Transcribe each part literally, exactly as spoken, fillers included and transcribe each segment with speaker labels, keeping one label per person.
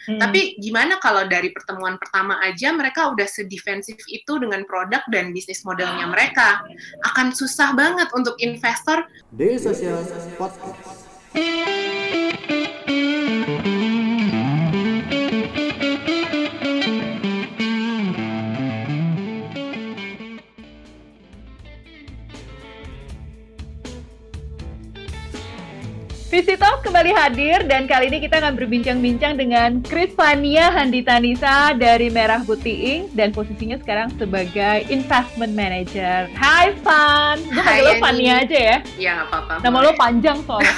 Speaker 1: Hmm.
Speaker 2: Tapi gimana kalau dari pertemuan pertama aja mereka udah sedefensif itu dengan produk dan bisnis modelnya mereka? Akan susah banget untuk investor.
Speaker 3: Daily Social Podcast.
Speaker 1: Visi Talk kembali hadir dan kali ini kita akan berbincang-bincang dengan Chris Fania Handitanisa dari Merah Putih Incorporated dan posisinya sekarang sebagai Investment Manager. Hai Fan, gue panggil lo Fania aja ya?
Speaker 2: Iya nggak apa-apa.
Speaker 1: Nama boleh. Lo panjang soalnya.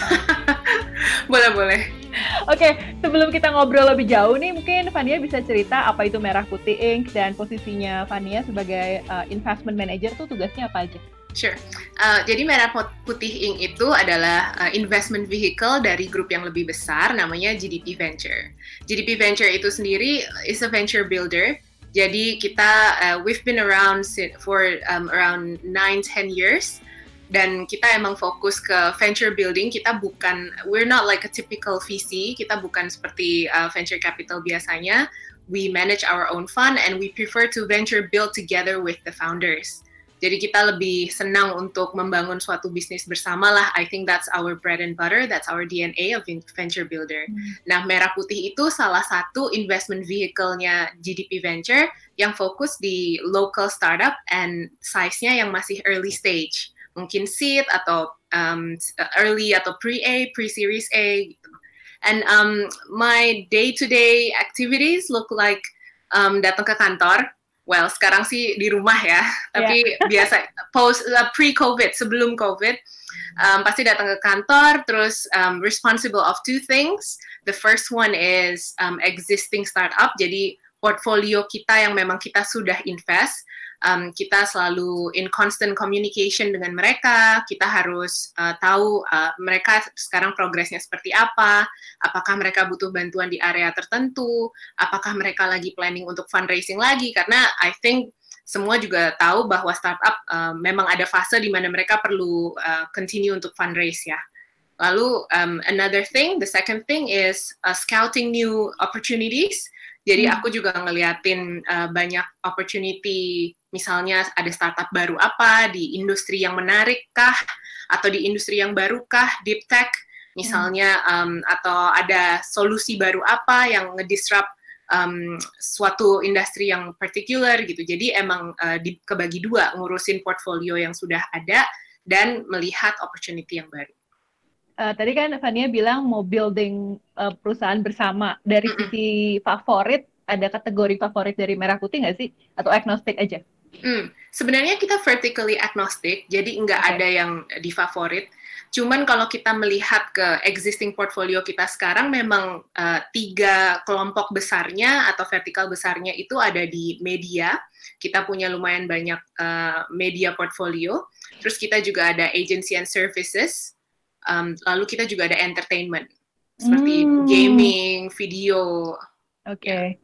Speaker 2: Boleh-boleh.
Speaker 1: Oke, sebelum kita ngobrol lebih jauh nih, mungkin Fania bisa cerita apa itu Merah Putih Incorporated dan posisinya Fania sebagai uh, Investment Manager tuh tugasnya apa aja?
Speaker 2: Sure. Uh, jadi Merah Putih Incorporated itu adalah uh, investment vehicle dari grup yang lebih besar, namanya G D P Venture. G D P Venture itu sendiri is a venture builder. Jadi kita, uh, we've been around for um, around nine to ten years. Dan kita emang fokus ke venture building. Kita bukan, we're not like a typical V C. Kita bukan seperti uh, venture capital biasanya. We manage our own fund and we prefer to venture build together with the founders. Jadi kita lebih senang untuk membangun suatu bisnis bersama lah. I think that's our bread and butter, that's our D N A of venture builder. Hmm. Nah, Merah Putih itu salah satu investment vehicle-nya G D P Venture yang fokus di local startup and size-nya yang masih early stage. Mungkin seed atau um, early atau pre-A, pre-series A gitu. And um, my day-to-day activities look like um, datang ke kantor. Well, sekarang sih di rumah ya, tapi yeah. biasa post uh, pre-COVID, sebelum COVID, um, pasti datang ke kantor, terus um, responsible of two things. The first one is um, existing startup, jadi portfolio kita yang memang kita sudah invest, um, kita selalu in constant communication dengan mereka, kita harus uh, tahu uh, mereka sekarang progresnya seperti apa, apakah mereka butuh bantuan di area tertentu, apakah mereka lagi planning untuk fundraising lagi, karena I think semua juga tahu bahwa startup uh, memang ada fase di mana mereka perlu uh, continue untuk fundraise ya. Lalu um, another thing, the second thing is uh, scouting new opportunities. Jadi aku juga ngeliatin uh, banyak opportunity, misalnya ada startup baru apa, di industri yang menarik kah, atau di industri yang baru kah, deep tech, misalnya, um, atau ada solusi baru apa yang ngedisrupt um, suatu industri yang particular gitu. Jadi emang uh, di, kebagi dua, ngurusin portfolio yang sudah ada, dan melihat opportunity yang baru.
Speaker 1: Uh, tadi kan Fania bilang mau building uh, perusahaan bersama. Dari
Speaker 2: Mm-mm.
Speaker 1: sisi favorit, ada kategori favorit dari Merah Putih nggak sih? Atau agnostik aja?
Speaker 2: Hmm, sebenarnya kita vertically agnostic, jadi nggak okay. ada yang di favorit. Cuman kalau kita melihat ke existing portfolio kita sekarang, memang uh, tiga kelompok besarnya atau vertikal besarnya itu ada di media. Kita punya lumayan banyak uh, media portfolio. Terus kita juga ada agency and services. Um, lalu kita juga ada entertainment, seperti hmm. gaming, video.
Speaker 1: Oke. Okay. Yeah.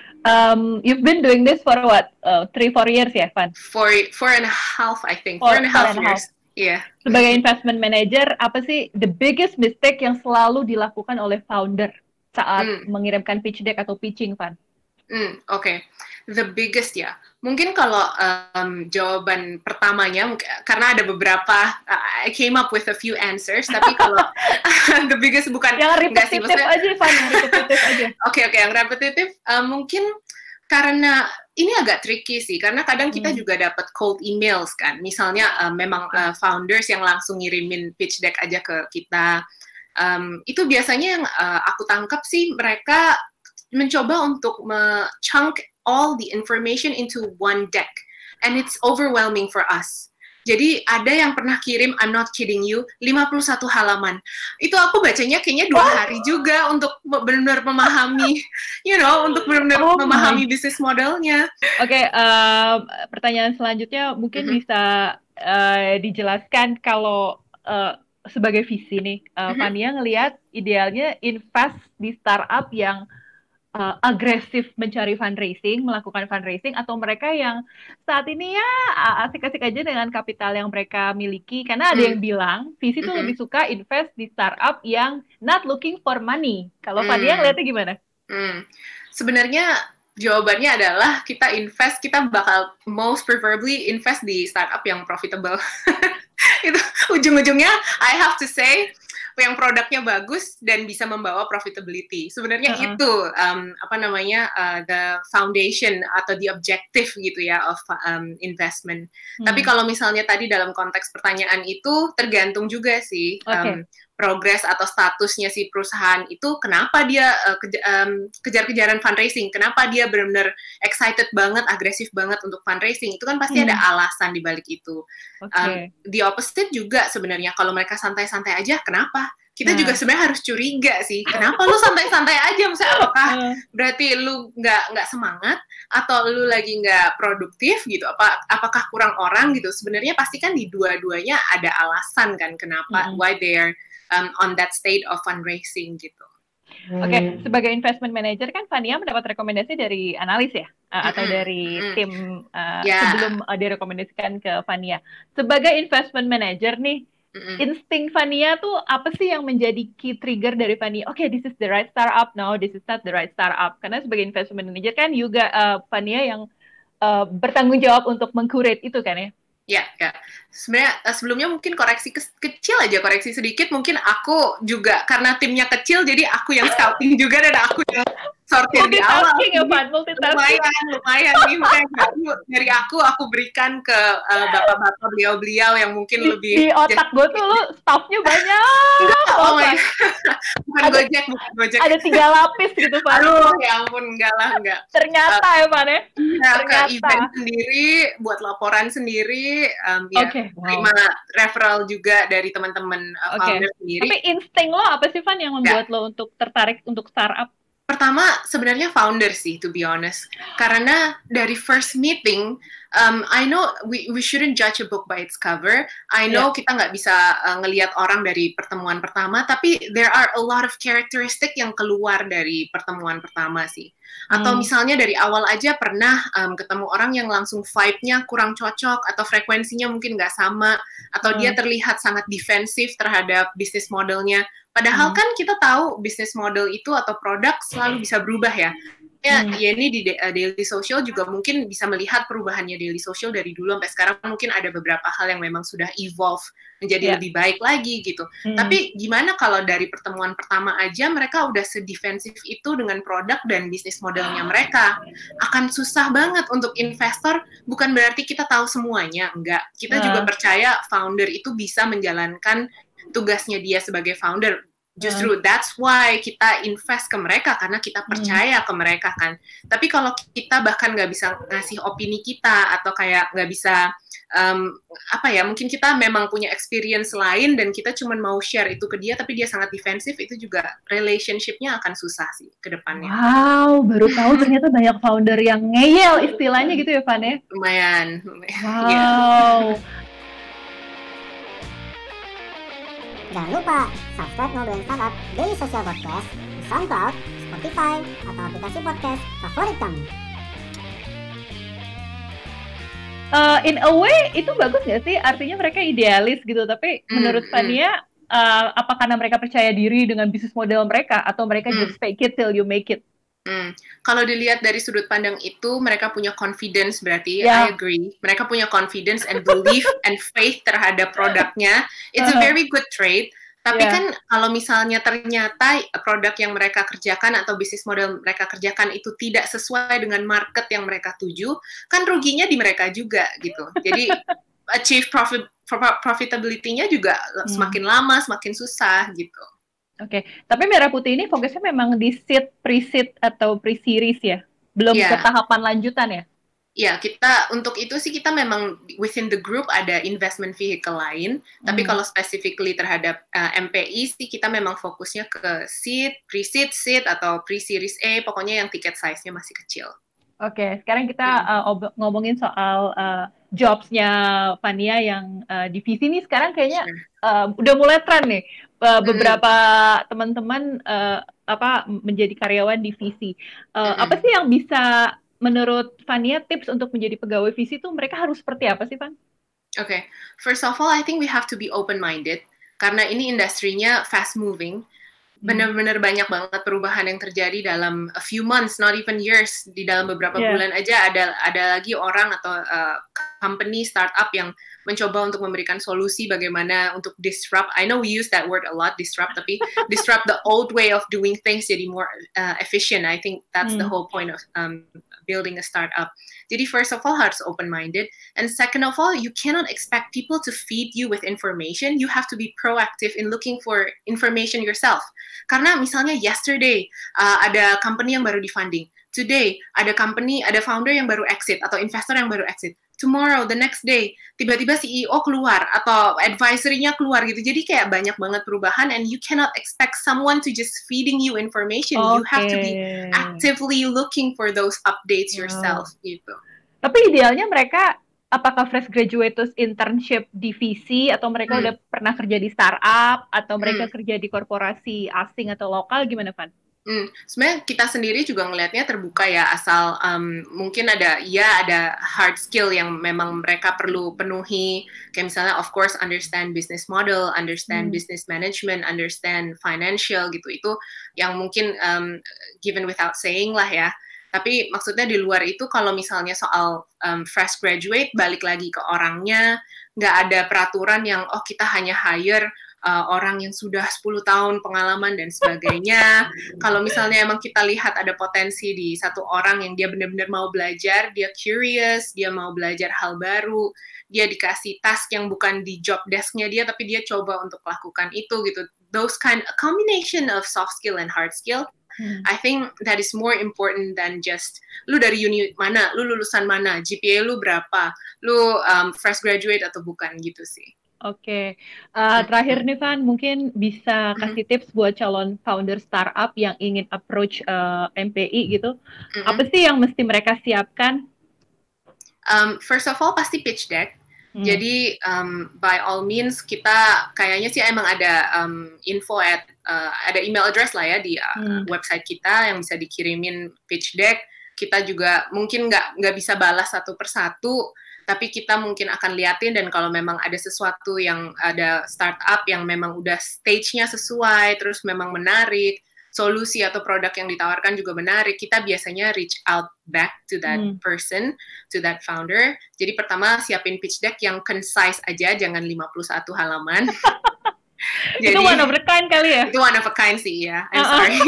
Speaker 1: Um, you've been doing this for what? Uh, three, four years ya, Van?
Speaker 2: Four, four and a half, I think. Four, four and a half four years. Iya. Yeah.
Speaker 1: Sebagai investment manager, apa sih the biggest mistake yang selalu dilakukan oleh founder saat hmm. mengirimkan pitch deck atau pitching, Van?
Speaker 2: Hmm, Oke. Okay. The biggest ya. Mungkin kalau um, jawaban pertamanya, karena ada beberapa, uh, I came up with a few answers, tapi kalau the biggest bukan...
Speaker 1: Yang repetitif sih, aja, Van, yang repetitif aja.
Speaker 2: Oke, oke, yang repetitif, uh, mungkin karena ini agak tricky sih, karena kadang kita hmm. juga dapat cold emails kan, misalnya uh, memang uh, founders yang langsung ngirimin pitch deck aja ke kita, um, itu biasanya yang uh, aku tangkap sih, mereka mencoba untuk me-chunk all the information into one deck. And it's overwhelming for us. Jadi ada yang pernah kirim, I'm not kidding you, lima puluh satu halaman. Itu aku bacanya kayaknya dua hari juga untuk benar-benar memahami, you know, untuk benar-benar oh memahami bisnis modelnya.
Speaker 1: Oke, okay, uh, pertanyaan selanjutnya mungkin mm-hmm. bisa uh, dijelaskan kalau uh, sebagai visi nih, uh, mm-hmm. Fania ngelihat idealnya invest di startup yang Uh, agresif mencari fundraising, melakukan fundraising, atau mereka yang saat ini ya asik-asik aja dengan kapital yang mereka miliki, karena ada mm. yang bilang visi tuh mm-hmm. lebih suka invest di startup yang not looking for money. Kalau mm. Fania ngeliatnya gimana?
Speaker 2: Hmm. Sebenarnya jawabannya adalah kita invest, kita bakal most preferably invest di startup yang profitable. Itu ujung-ujungnya I have to say yang produknya bagus dan bisa membawa profitability. Sebenarnya uh-uh. itu um, apa namanya uh, the foundation atau the objective gitu ya of um, investment. Hmm. Tapi kalau misalnya tadi dalam konteks pertanyaan itu tergantung juga sih um, okay. progres atau statusnya si perusahaan itu, kenapa dia uh, keja- um, kejar-kejaran fundraising, kenapa dia benar-benar excited banget, agresif banget untuk fundraising, itu kan pasti hmm. ada alasan di balik itu. Okay. Um, the opposite juga sebenarnya, kalau mereka santai-santai aja, kenapa? Kita nah. juga sebenarnya harus curiga sih, kenapa lu santai-santai aja? Misalnya apakah berarti lu nggak nggak semangat atau lu lagi nggak produktif gitu? Apa apakah kurang orang gitu? Sebenarnya pasti kan di dua-duanya ada alasan kan kenapa mm-hmm. why they're um, on that state of fundraising gitu.
Speaker 1: Oke, okay. Sebagai investment manager kan Fania mendapat rekomendasi dari analis ya, mm-hmm. atau dari mm-hmm. tim uh, yeah. sebelum uh, direkomendasikan ke Fania. Sebagai investment manager nih, mm-hmm. insting Fania tuh apa sih yang menjadi key trigger dari Fania? Oke, okay, this is the right startup, no, this is not the right startup. Karena sebagai investment manager kan juga uh, Fania yang uh, bertanggung jawab untuk mengkurate itu kan ya?
Speaker 2: Ya, ya. Sebenarnya sebelumnya mungkin koreksi ke- kecil aja, koreksi sedikit. Mungkin aku juga karena timnya kecil, jadi aku yang scouting juga dan aku yang sortir di awal.
Speaker 1: Ya, Pan,
Speaker 2: lumayan, lumayan nih. Makanya dari aku, aku berikan ke uh, bapak-bapak beliau-beliau yang mungkin
Speaker 1: di,
Speaker 2: lebih...
Speaker 1: Di otak gue tuh lu staffnya banyak.
Speaker 2: Enggak, oh my bukan
Speaker 1: ada,
Speaker 2: Gojek, bukan Gojek.
Speaker 1: Ada tiga lapis gitu, Pan.
Speaker 2: Aduh, ya ampun, enggak lah, enggak.
Speaker 1: Ternyata uh, ya, Pan ya?
Speaker 2: Ya, ke event sendiri, buat laporan sendiri, um, ya,
Speaker 1: okay.
Speaker 2: terima wow. referral juga dari teman-teman uh,
Speaker 1: okay.
Speaker 2: founder sendiri.
Speaker 1: Tapi insting lo apa sih, Van, yang membuat ya. lo untuk tertarik untuk startup?
Speaker 2: Pertama, sebenarnya founder sih, to be honest. Karena dari first meeting, um, I know we we shouldn't judge a book by its cover. I know yeah. kita nggak bisa uh, ngelihat orang dari pertemuan pertama, tapi there are a lot of characteristic yang keluar dari pertemuan pertama sih. Atau hmm. misalnya dari awal aja pernah um, ketemu orang yang langsung vibe-nya kurang cocok, atau frekuensinya mungkin nggak sama, atau hmm. dia terlihat sangat defensif terhadap bisnis modelnya. Padahal hmm. kan kita tahu bisnis model itu atau produk selalu bisa berubah ya. Ya, hmm. ya ini di uh, Daily Social juga mungkin bisa melihat perubahannya Daily Social dari dulu sampai sekarang. Mungkin ada beberapa hal yang memang sudah evolve menjadi yeah. lebih baik lagi gitu. Hmm. Tapi gimana kalau dari pertemuan pertama aja mereka udah sedefensif itu dengan produk dan bisnis modelnya mereka? Akan susah banget untuk investor. Bukan berarti kita tahu semuanya, enggak. Kita uh. juga percaya founder itu bisa menjalankan tugasnya dia sebagai founder. Justru uh. that's why kita invest ke mereka, karena kita percaya hmm. ke mereka kan. Tapi kalau kita bahkan nggak bisa ngasih opini kita, atau kayak nggak bisa um, apa ya, mungkin kita memang punya experience lain dan kita cuma mau share itu ke dia, tapi dia sangat defensif, itu juga relationship-nya akan susah sih ke depannya.
Speaker 1: Wow, baru tahu ternyata banyak founder yang ngeyel istilahnya gitu ya, Van ya?
Speaker 2: Lumayan. lumayan.
Speaker 1: Wow. Yeah.
Speaker 4: Jangan lupa subscribe Ngobrolin Startup Daily Social Podcast di SoundCloud, Spotify, atau aplikasi podcast favorit kamu.
Speaker 1: Uh, in a way itu bagus nggak sih? Artinya mereka idealis gitu, tapi mm, menurut Fania, mm. uh, apa karena mereka percaya diri dengan bisnis model mereka, atau mereka mm. just fake it till you make it?
Speaker 2: Hmm. Kalau dilihat dari sudut pandang itu, mereka punya confidence berarti,
Speaker 1: yeah.
Speaker 2: I agree. Mereka punya confidence and belief and faith terhadap produknya. It's uh, a very good trait. Tapi yeah. kan kalau misalnya ternyata produk yang mereka kerjakan atau bisnis model mereka kerjakan itu tidak sesuai dengan market yang mereka tuju, kan ruginya di mereka juga gitu. Jadi achieve profit, profitability-nya juga hmm. semakin lama, semakin susah gitu.
Speaker 1: Oke, okay. Tapi Merah Putih ini fokusnya memang di seed, pre-seed atau pre-series ya? Belum yeah. ke tahapan lanjutan ya?
Speaker 2: Ya, kita untuk itu sih kita memang within the group ada investment vehicle lain, hmm. tapi kalau specifically terhadap uh, M P I sih kita memang fokusnya ke seed, pre-seed, seed, atau pre-series A, pokoknya yang ticket size-nya masih kecil.
Speaker 1: Oke, okay. Sekarang kita hmm. uh, ob- ngomongin soal uh, jobs-nya Fania yang uh, divisi ini sekarang kayaknya sure. uh, udah mulai tren nih. Uh, beberapa hmm. teman-teman uh, apa menjadi karyawan divisi. Uh, hmm. Apa sih yang bisa menurut Fania tips untuk menjadi pegawai visi itu mereka harus seperti apa sih, Van?
Speaker 2: Oke, okay. First of all, I think we have to be open-minded karena ini industrinya fast moving. benar-benar banyak banget perubahan yang terjadi dalam a few months, not even years. Di dalam beberapa
Speaker 1: Yeah.
Speaker 2: bulan aja ada ada lagi orang atau uh, company startup yang mencoba untuk memberikan solusi bagaimana untuk disrupt. I know we use that word a lot, disrupt, tapi disrupt the old way of doing things jadi more uh, efficient. I think that's
Speaker 1: Hmm.
Speaker 2: the whole point of um, building a startup. Jadi first of all harus open-minded, and second of all you cannot expect people to feed you with information. You have to be proactive in looking for information yourself. Karena misalnya yesterday uh, ada company yang baru di-funding, today ada company, ada founder yang baru exit atau investor yang baru exit. Tomorrow, the next day, tiba-tiba C E O keluar atau advisory-nya keluar gitu. Jadi kayak banyak banget perubahan, and you cannot expect someone to just feeding you information. You have to be
Speaker 1: Oke.
Speaker 2: actively looking for those updates
Speaker 1: Wow.
Speaker 2: yourself gitu.
Speaker 1: Tapi idealnya mereka apakah fresh graduate terus internship di V C atau mereka
Speaker 2: Hmm.
Speaker 1: udah pernah kerja di startup atau mereka
Speaker 2: Hmm.
Speaker 1: kerja di korporasi asing atau lokal, gimana Van?
Speaker 2: Hmm, sebenarnya kita sendiri juga ngelihatnya terbuka ya, asal um, mungkin ada ya ada hard skill yang memang mereka perlu penuhi, kayak misalnya of course understand business model, understand
Speaker 1: Hmm.
Speaker 2: business management, understand financial gitu, itu yang mungkin um, given without saying lah ya. Tapi maksudnya di luar itu kalau misalnya soal um, fresh graduate, balik lagi ke orangnya, nggak ada peraturan yang oh kita hanya hire uh, orang yang sudah sepuluh tahun pengalaman dan sebagainya. Kalau misalnya emang kita lihat ada potensi di satu orang yang dia benar-benar mau belajar, dia curious, dia mau belajar hal baru, dia dikasih task yang bukan di job desk-nya dia, tapi dia coba untuk lakukan itu gitu. Those kind, a combination of soft skill and hard skill,
Speaker 1: Hmm.
Speaker 2: I think that is more important than just lu dari uni mana, lu lulusan mana, G P A lu berapa, lu um, fresh graduate atau bukan gitu sih.
Speaker 1: Oke, Uh, terakhir nih Van, mungkin bisa
Speaker 2: Mhm.
Speaker 1: kasih tips buat calon founder startup yang ingin approach uh, M P I gitu.
Speaker 2: Mhm.
Speaker 1: Apa sih yang mesti mereka siapkan?
Speaker 2: Um, first of all pasti pitch deck.
Speaker 1: Hmm.
Speaker 2: Jadi um, by all means kita kayaknya sih emang ada um, info at uh, ada email address lah ya di uh,
Speaker 1: Hmm.
Speaker 2: website kita yang bisa dikirimin pitch deck. Kita juga mungkin nggak nggak bisa balas satu persatu, tapi kita mungkin akan liatin, dan kalau memang ada sesuatu yang ada startup yang memang udah stage-nya sesuai, terus memang menarik, solusi atau produk yang ditawarkan juga menarik, kita biasanya reach out back to that
Speaker 1: Hmm.
Speaker 2: person, to that founder. Jadi pertama siapin pitch deck yang concise aja, jangan lima puluh satu halaman. Jadi,
Speaker 1: Itu one of a kind kali ya?
Speaker 2: itu one of a kind sih ya. I'm
Speaker 1: Uh-uh.
Speaker 2: sorry.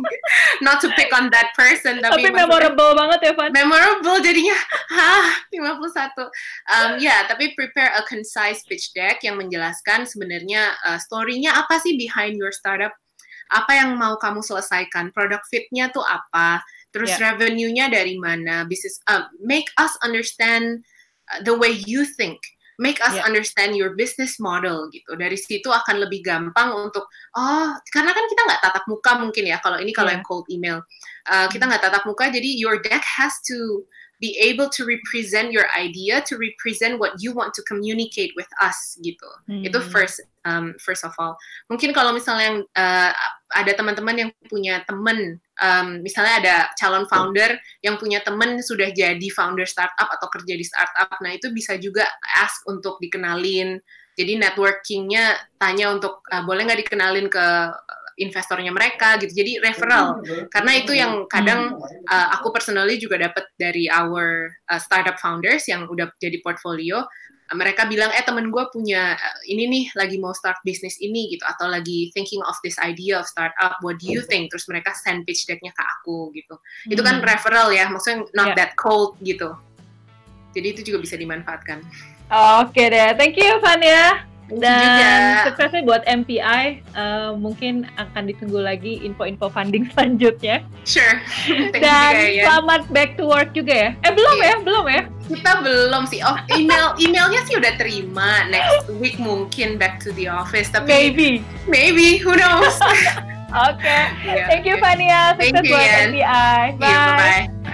Speaker 2: Not to pick on that person, tapi,
Speaker 1: Tapi
Speaker 2: maksudnya-
Speaker 1: memorable banget ya Van?
Speaker 2: memorable jadinya hah lima puluh satu. Um, ya, tapi prepare a concise pitch deck yang menjelaskan sebenarnya uh, story-nya apa sih behind your startup, apa yang mau kamu selesaikan, product fit-nya tuh apa, terus
Speaker 1: Yeah.
Speaker 2: revenue-nya dari mana, bisnis, uh, make us understand uh, the way you think. Make us
Speaker 1: Yeah.
Speaker 2: understand your business model gitu. Dari situ akan lebih gampang untuk, oh, karena kan kita nggak tatap muka mungkin ya, kalau ini kalau
Speaker 1: Yeah.
Speaker 2: yang cold email. Uh, kita nggak tatap muka, jadi your deck has to be able to represent your idea, to represent what you want to communicate with us gitu.
Speaker 1: Hmm.
Speaker 2: Itu first, um, first of all. Mungkin kalau misalnya yang, uh, ada teman-teman yang punya teman, um, misalnya ada calon founder yang punya teman sudah jadi founder startup atau kerja di startup, nah itu bisa juga ask untuk dikenalin. Jadi networking-nya tanya untuk uh, boleh nggak dikenalin ke investornya mereka gitu. Jadi referral. Karena itu yang kadang uh, aku personally juga dapat dari our uh, startup founders yang udah jadi portfolio. Uh, mereka bilang, eh temen gue punya uh, ini nih, lagi mau start bisnis ini gitu, atau lagi thinking of this idea of startup, what do you think? Terus mereka send pitch deck-nya ke aku gitu. Itu kan
Speaker 1: Hmm.
Speaker 2: referral ya, maksudnya not
Speaker 1: Yeah.
Speaker 2: that cold gitu. Jadi itu juga bisa dimanfaatkan.
Speaker 1: Oke deh, thank you Van ya.
Speaker 2: Thank you juga.
Speaker 1: Dan suksesnya buat M P I. Uh, mungkin akan ditunggu lagi info-info funding selanjutnya.
Speaker 2: Sure. Thank you
Speaker 1: Dan
Speaker 2: juga ya.
Speaker 1: selamat back to work juga ya. Eh belum
Speaker 2: Iya.
Speaker 1: ya, belum ya.
Speaker 2: Kita belum sih. Oh, email emailnya sih udah terima. Next week mungkin back to the office. Tapi
Speaker 1: Maybe.
Speaker 2: maybe, who knows?
Speaker 1: Oke.
Speaker 2: Yeah.
Speaker 1: Thank you Vania. Sukses
Speaker 2: Thank you,
Speaker 1: buat
Speaker 2: Yan.
Speaker 1: M P I.
Speaker 2: Yeah, bye-bye. Bye.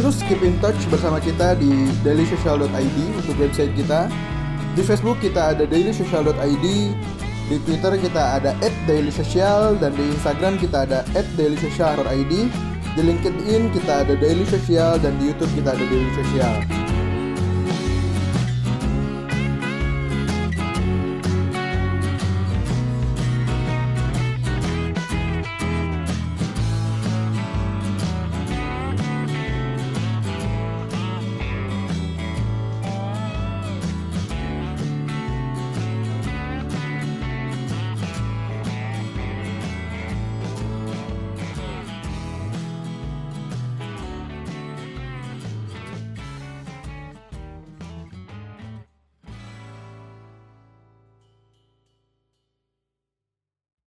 Speaker 5: terus keep in touch bersama kita di dailysocial dot i d untuk website kita. Di Facebook kita ada dailysocial dot i d, di Twitter kita ada at dailysocial, dan di Instagram kita ada at dailysocial dot i d. Di LinkedIn kita ada dailysocial, dan di YouTube kita ada dailysocial.